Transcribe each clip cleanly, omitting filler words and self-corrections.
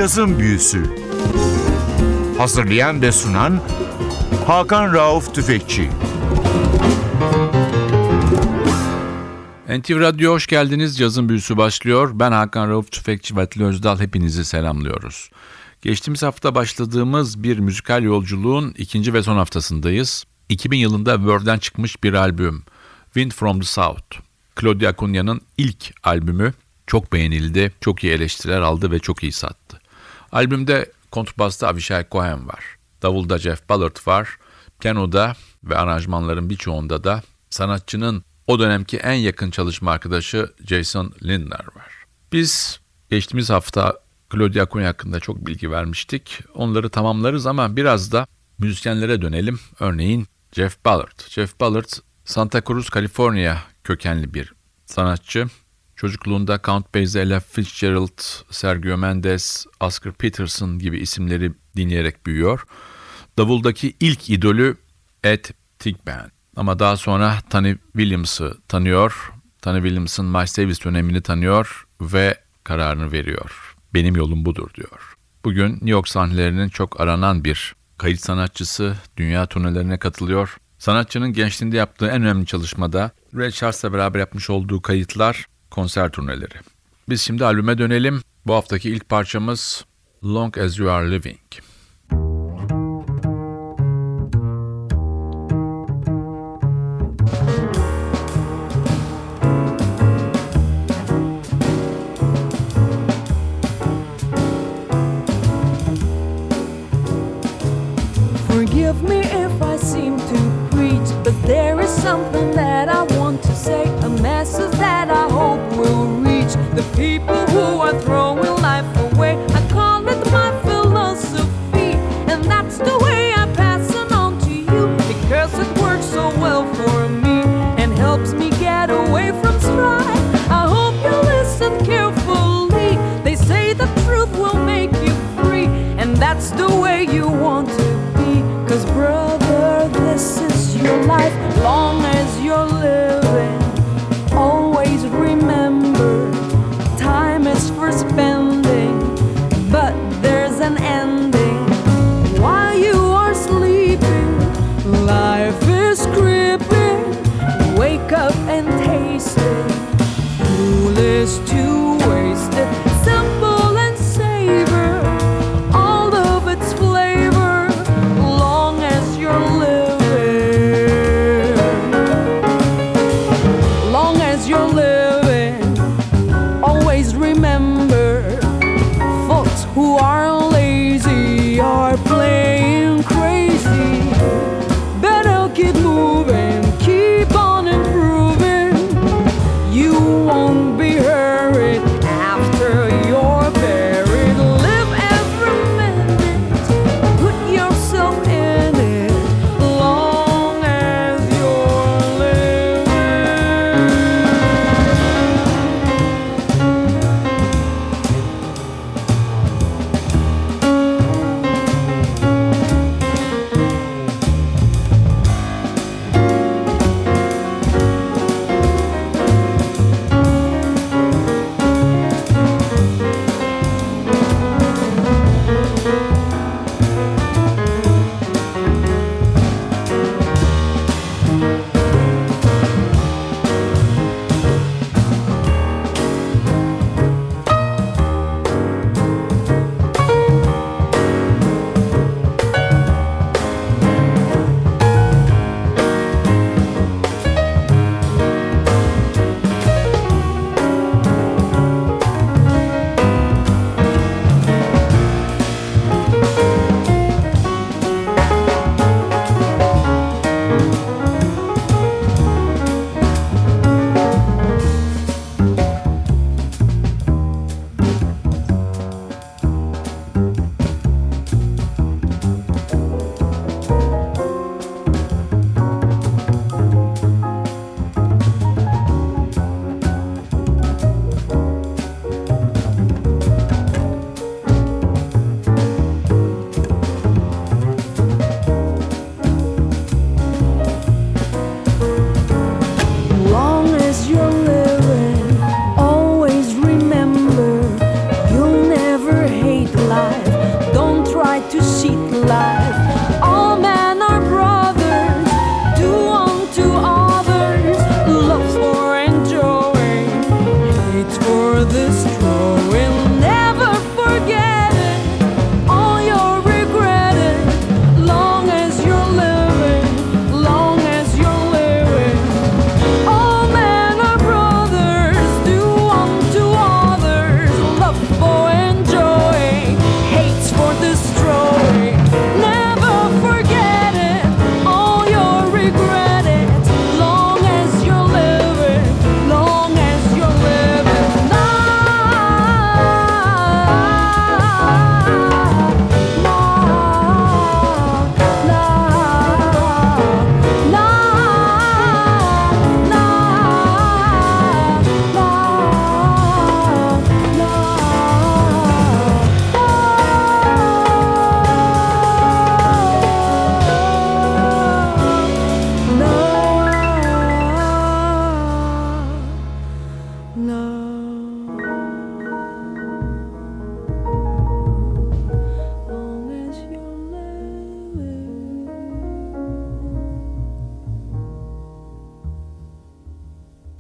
Cazın Büyüsü. Hazırlayan ve sunan Hakan Rauf Tüfekçi. NTV Radyo hoş geldiniz. Cazın Büyüsü başlıyor. Ben Hakan Rauf Tüfekçi ve Atilla Özdal, hepinizi selamlıyoruz. Geçtiğimiz hafta başladığımız bir müzikal yolculuğun ikinci ve son haftasındayız. 2000 yılında Verve'den çıkmış bir albüm, Wind from the South. Claudio Acuña'nın ilk albümü, çok beğenildi, çok iyi eleştiriler aldı ve çok iyi sattı. Albümde kontrbasta Avishai Cohen var, davulda Jeff Ballard var, piyanoda ve aranjmanların birçoğunda da sanatçının o dönemki en yakın çalışma arkadaşı Jason Lindner var. Biz geçtiğimiz hafta Claudio Acuña hakkında çok bilgi vermiştik. Onları tamamlarız ama biraz da müzisyenlere dönelim. Örneğin Jeff Ballard. Jeff Ballard, Santa Cruz, Kaliforniya kökenli bir sanatçı. Çocukluğunda Count Basie, Ella Fitzgerald, Sergio Mendes, Oscar Peterson gibi isimleri dinleyerek büyüyor. Davuldaki ilk idolü Ed Tigban. Ama daha sonra Tony Williams'ı tanıyor. Tony Williams'ın Miles Davis dönemini tanıyor ve kararını veriyor. Benim yolum budur diyor. Bugün New York sahnelerinin çok aranan bir kayıt sanatçısı, dünya turnelerine katılıyor. Sanatçının gençliğinde yaptığı en önemli çalışmada Ray Charles'la beraber yapmış olduğu kayıtlar, konser turneleri. Biz şimdi albüme dönelim. Bu haftaki ilk parçamız Long As You Are Living. Forgive me if I seem to preach, but there is something that I want to say, a message that I hope will reach the people who are throwing life away. I call it my philosophy, and that's the way I pass it on to you, because it works so well for me and helps me get away from strife. I hope you listen carefully. They say the truth will make you free, and that's the way you want to be. 'Cause brother, this is your life, long as you're living.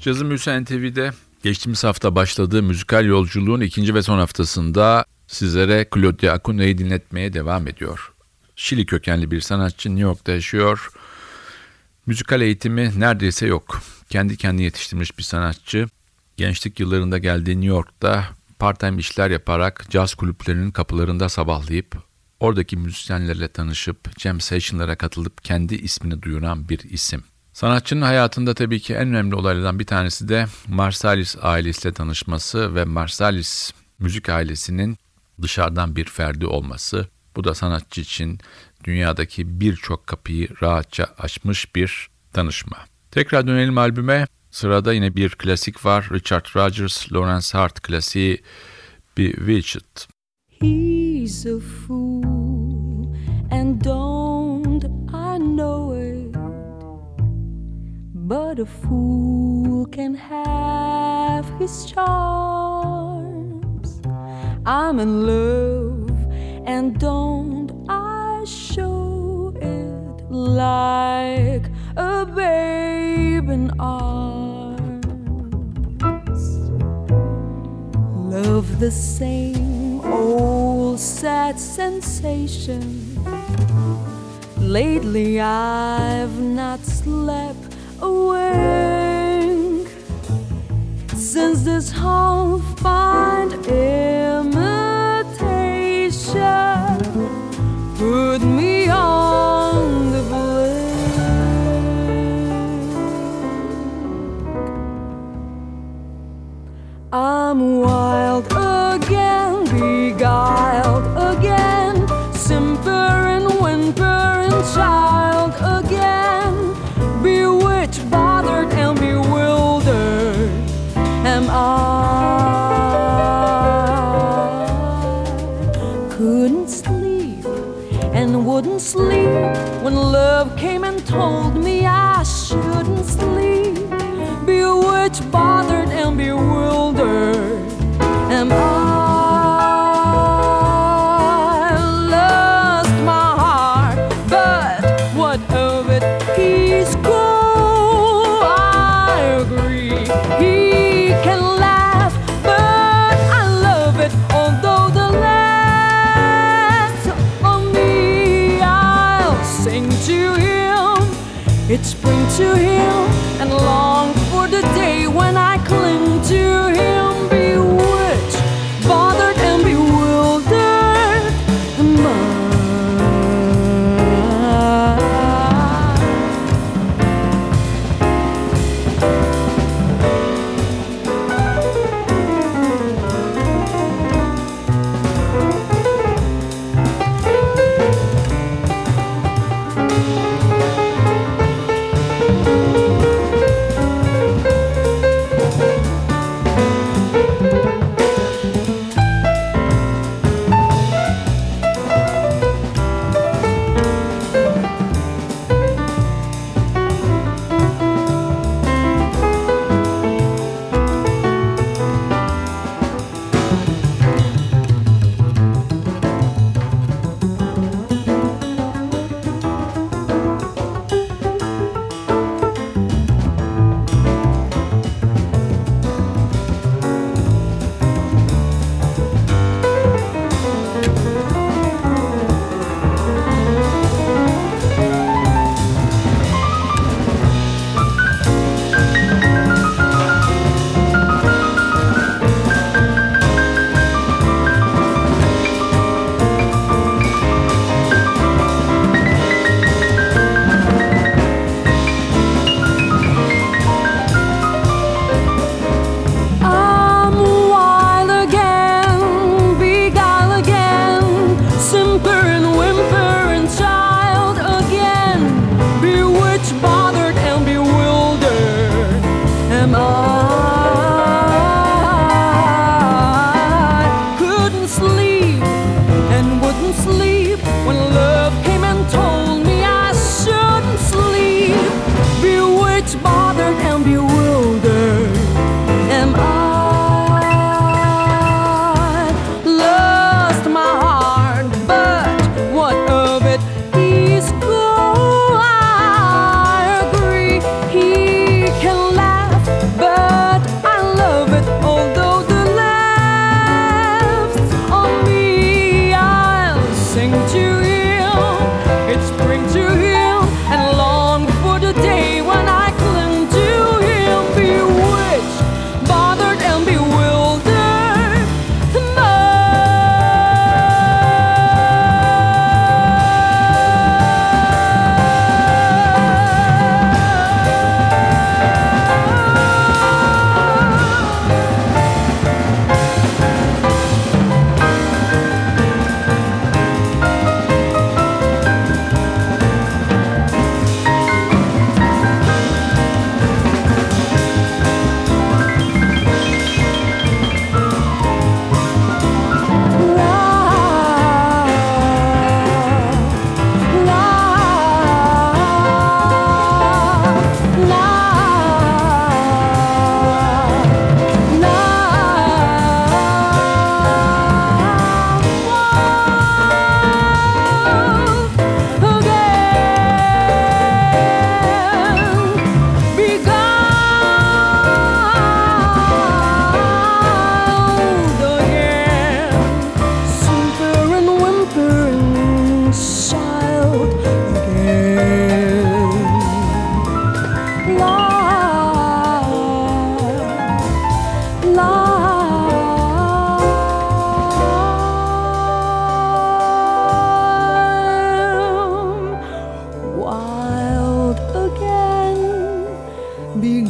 Cazın Büyüsü NTV'de geçtiğimiz hafta başladığı müzikal yolculuğun ikinci ve son haftasında sizlere Claudia Acuna'yı dinletmeye devam ediyor. Şili kökenli bir sanatçı, New York'ta yaşıyor. Müzikal eğitimi neredeyse yok. Kendi kendine yetiştirmiş bir sanatçı. Gençlik yıllarında geldiği New York'ta part-time işler yaparak caz kulüplerinin kapılarında sabahlayıp oradaki müzisyenlerle tanışıp jam session'lara katılıp kendi ismini duyuran bir isim. Sanatçının hayatında tabii ki en önemli olaylardan bir tanesi de Marsalis ailesiyle tanışması ve Marsalis müzik ailesinin dışarıdan bir ferdi olması. Bu da sanatçı için dünyadaki birçok kapıyı rahatça açmış bir tanışma. Tekrar dönelim albüme. Sırada yine bir klasik var. Richard Rodgers, Lawrence Hart klasiği Bewitched. He's a fool, and don't I know it? But a fool can have his charms. I'm in love, and don't I show it like a babe in arms? Love the same old sad sensation. Lately I've not slept a wink since this half-blind imitation put me on the blink. I'm wild again, beguiled again, simpering, whimpering child again, bewitched, bothered, and bewildered am I. Couldn't sleep and wouldn't sleep when love came and told me I shouldn't sleep. Bewitched, bothered, and bewildered am I. Lost my heart, but what of it? He's cool, I agree. He can laugh, but I love it. Although the last of me, I'll sing to him. It's spring to him, and long for the day when I cling to him. Bewitched, bothered, and bewildered am I.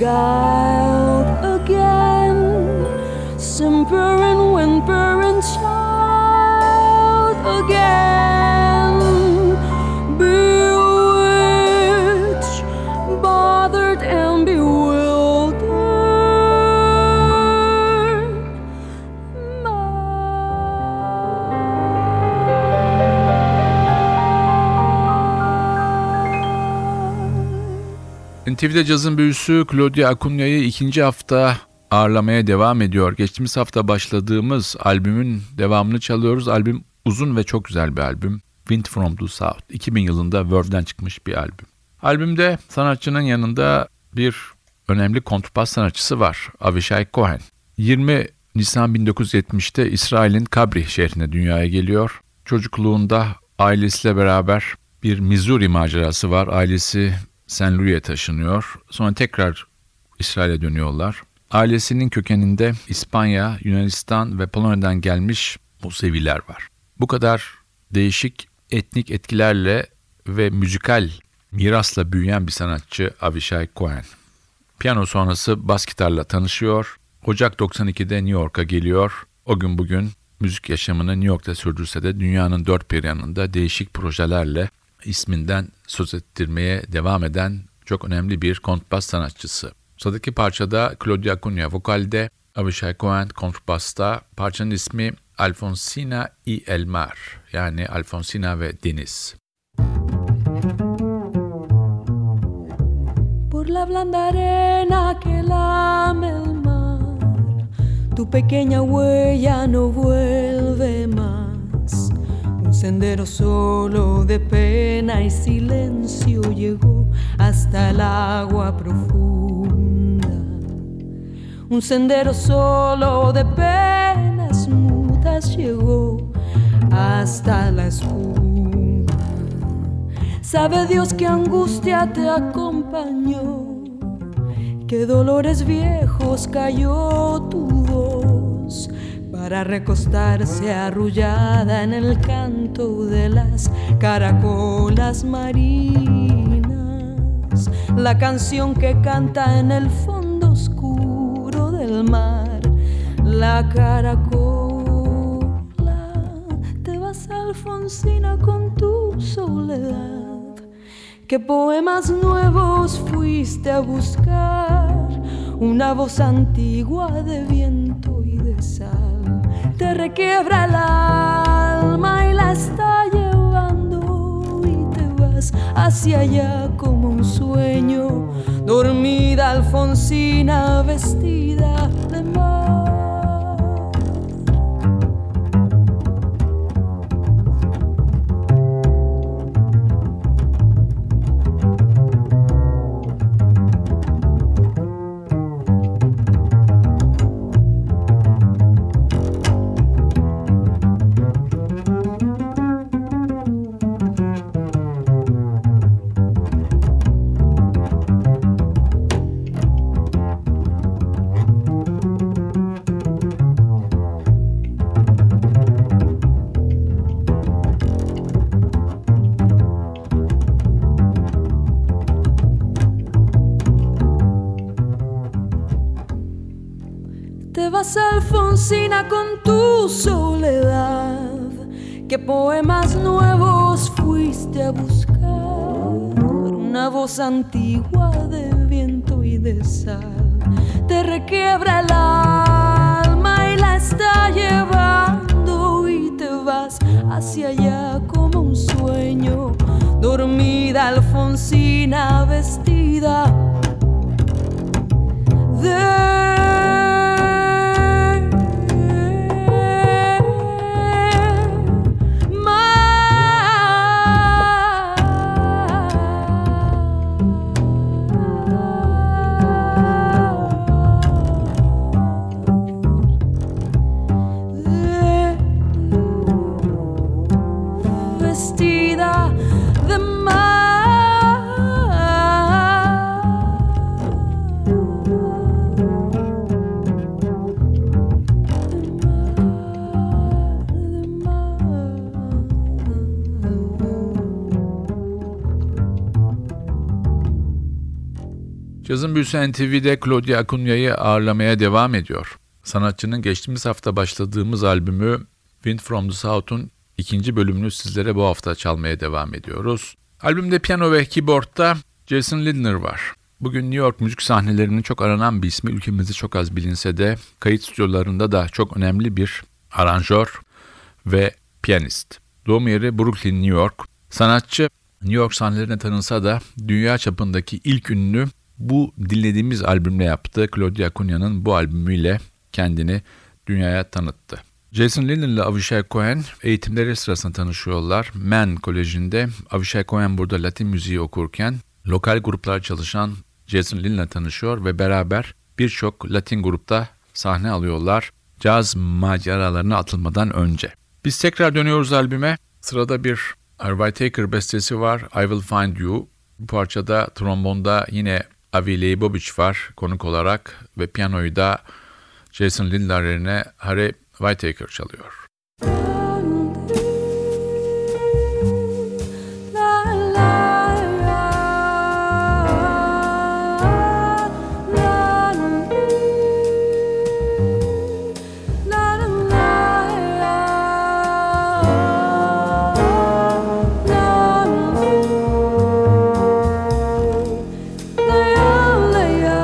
beguiled again, simper and whimper and shout again, bewitched, bothered and bewildered. NTV'de cazın büyüsü Claudia Acuña'yı ikinci hafta ağırlamaya devam ediyor. Geçtiğimiz hafta başladığımız albümün devamını çalıyoruz. Albüm uzun ve çok güzel bir albüm. Wind from the South. 2000 yılında Verve'den çıkmış bir albüm. Albümde sanatçının yanında bir önemli kontrbas sanatçısı var. Avishai Cohen. 20 Nisan 1970'te İsrail'in Kabri şehrine dünyaya geliyor. Çocukluğunda ailesiyle beraber bir Missouri macerası var. Ailesi St. Louis'e taşınıyor. Sonra tekrar İsrail'e dönüyorlar. Ailesinin kökeninde İspanya, Yunanistan ve Polonya'dan gelmiş Museviler var. Bu kadar değişik etnik etkilerle ve müzikal mirasla büyüyen bir sanatçı Avishai Cohen. Piyano sonrası bas gitarla tanışıyor. Ocak 92'de New York'a geliyor. O gün bugün müzik yaşamını New York'ta sürdürse de dünyanın dört bir yanında değişik projelerle isminden söz ettirmeye devam eden çok önemli bir kontrbas sanatçısı. Sıradaki parçada Claudia Acuña vokalde, Avishai Cohen kontrbasta. Parçanın ismi Alfonsina y el Mar, yani Alfonsina ve Deniz. Por la blanda arena que lame el mar, tu pequeña huella no vuelve más. Un sendero solo de pena y silencio llegó hasta el agua profunda. Un sendero solo de penas mudas llegó hasta la espuma. Sabe Dios qué angustia te acompañó, qué dolores viejos cayó tu voz para recostarse arrullada en el canto de las caracolas marinas. La canción que canta en el fondo oscuro del mar, la caracola. Te vas, Alfonsina, con tu soledad. ¿Qué poemas nuevos fuiste a buscar? Una voz antigua de viento y de sal te requiebra el alma y la está llevando, y te vas hacia allá como un sueño. Dormida Alfonsina vestida de mar. Te vas, Alfonsina, con tu soledad. ¿Qué poemas nuevos fuiste a buscar? Una voz antigua de viento y de sal te requiebra el alma y la está llevando, y te vas hacia allá como un sueño. Dormida Alfonsina vestida de mar. Cazın Büyüsü NTV'de Claudia Acuña'yı ağırlamaya devam ediyor. Sanatçının geçtiğimiz hafta başladığımız albümü Wind from the South'un ikinci bölümünü sizlere bu hafta çalmaya devam ediyoruz. Albümde piyano ve keyboardta Jason Lindner var. Bugün New York müzik sahnelerinin çok aranan bir ismi, ülkemizde çok az bilinse de kayıt stüdyolarında da çok önemli bir aranjör ve piyanist. Doğum yeri Brooklyn, New York. Sanatçı New York sahnelerine tanınsa da dünya çapındaki ilk ünlü bu dinlediğimiz albümle yaptı. Claudia Acuña'nın bu albümüyle kendini dünyaya tanıttı. Jason Lindner ile Avishai Cohen eğitimleri sırasında tanışıyorlar. Mann Koleji'nde Avishai Cohen burada Latin müziği okurken lokal gruplar çalışan Jason Lindner tanışıyor ve beraber birçok Latin grupta sahne alıyorlar caz maceralarına atılmadan önce. Biz tekrar dönüyoruz albüme. Sırada bir Harvey Taker bestesi var, I Will Find You. Bu parçada trombonda yine Avi Leibovic var konuk olarak ve piyanoyu da Jason Lindner yerine Harry Whittaker çalıyor.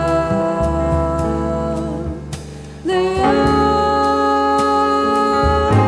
Lay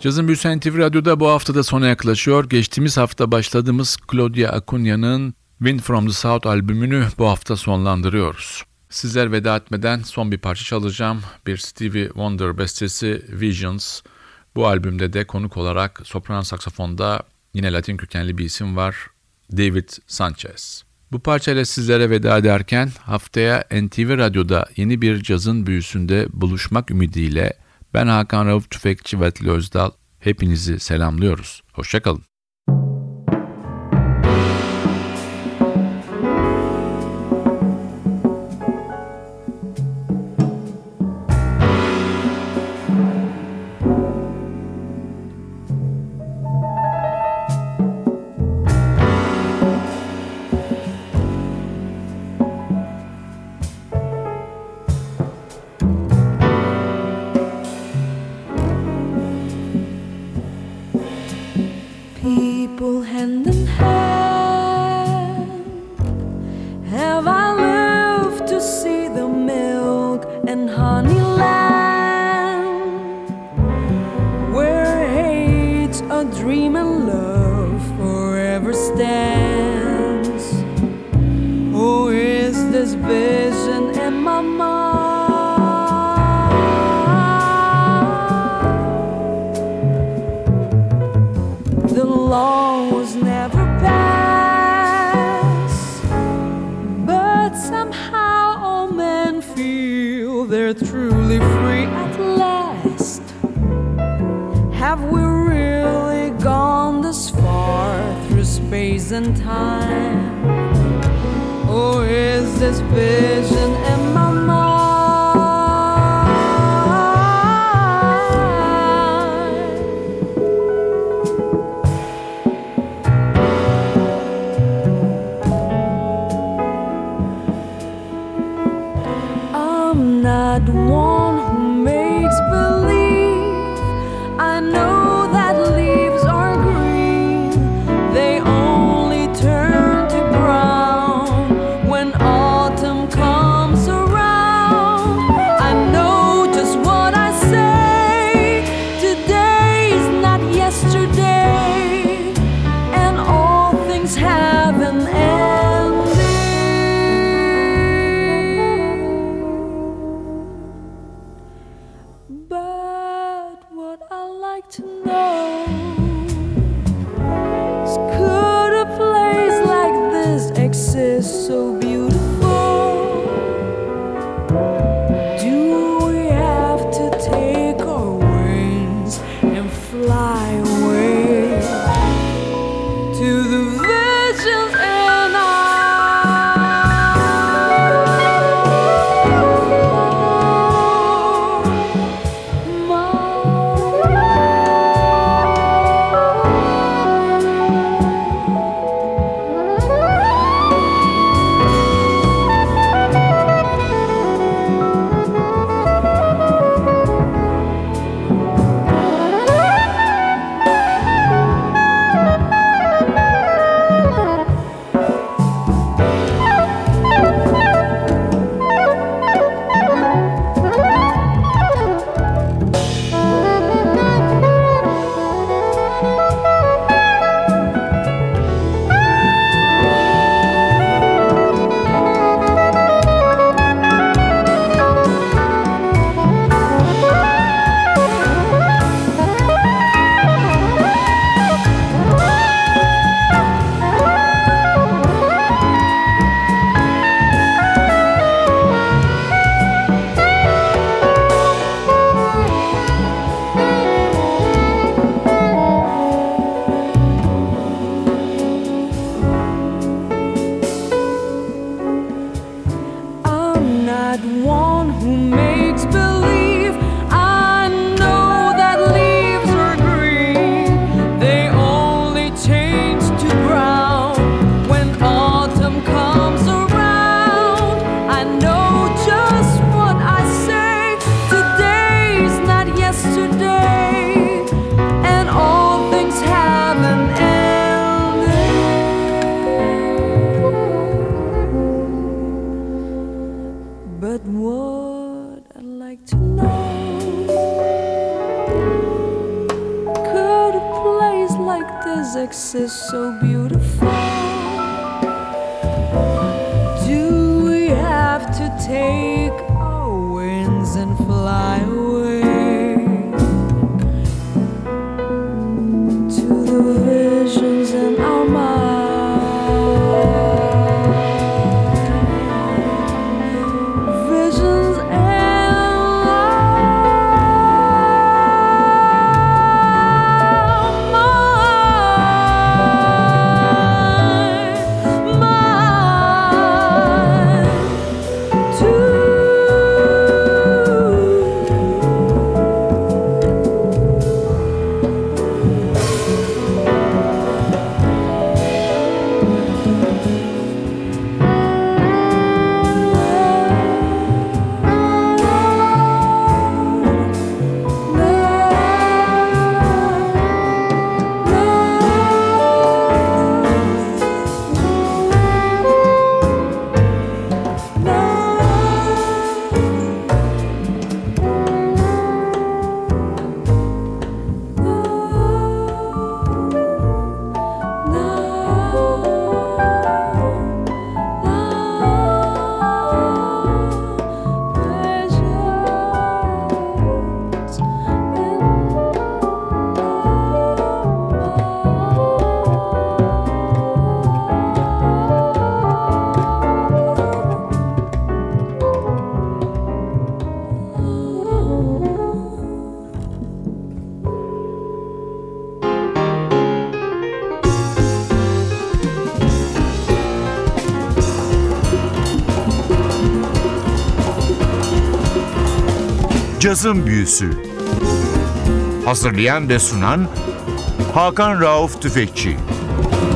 Cazın Büyüsü NTV Radyo'da bu hafta da sona yaklaşıyor. Geçtiğimiz hafta başladığımız Claudia Acuña'nın Wind from the South albümünü bu hafta sonlandırıyoruz. Sizler veda etmeden son bir parça çalacağım. Bir Stevie Wonder bestesi Visions. Bu albümde de konuk olarak sopran saksafonda yine Latin kökenli bir isim var. David Sanchez. Bu parçayla sizlere veda ederken haftaya NTV Radyo'da yeni bir cazın büyüsünde buluşmak ümidiyle ben Hakan Rauf Tüfekçi ve Atilla Özdal hepinizi selamlıyoruz. Hoşça kalın. People hand in hand, have I lived to see the milk and honey land, where hate's a dream and love forever stands? Oh, is this vision in my mind? The law was never passed, but somehow all men feel they're truly free at last. Have we really gone this far through space and time? Or is this vision in my mind? I'm not one who makes believe. I know that leaves are green. They only turn to brown when autumn comes around. I know just what I say. Today is not yesterday, and all things have an ending. But what I like to know is, could a place like this exist so beautiful? Do we have to take our wings and fly away to the visions in our like to know stars exist so beautiful? Do we have to take our wings and fly away to the visions in our mind? Visions in Cazın Büyüsü. Hazırlayan ve sunan Hakan Rauf Tüfekçi.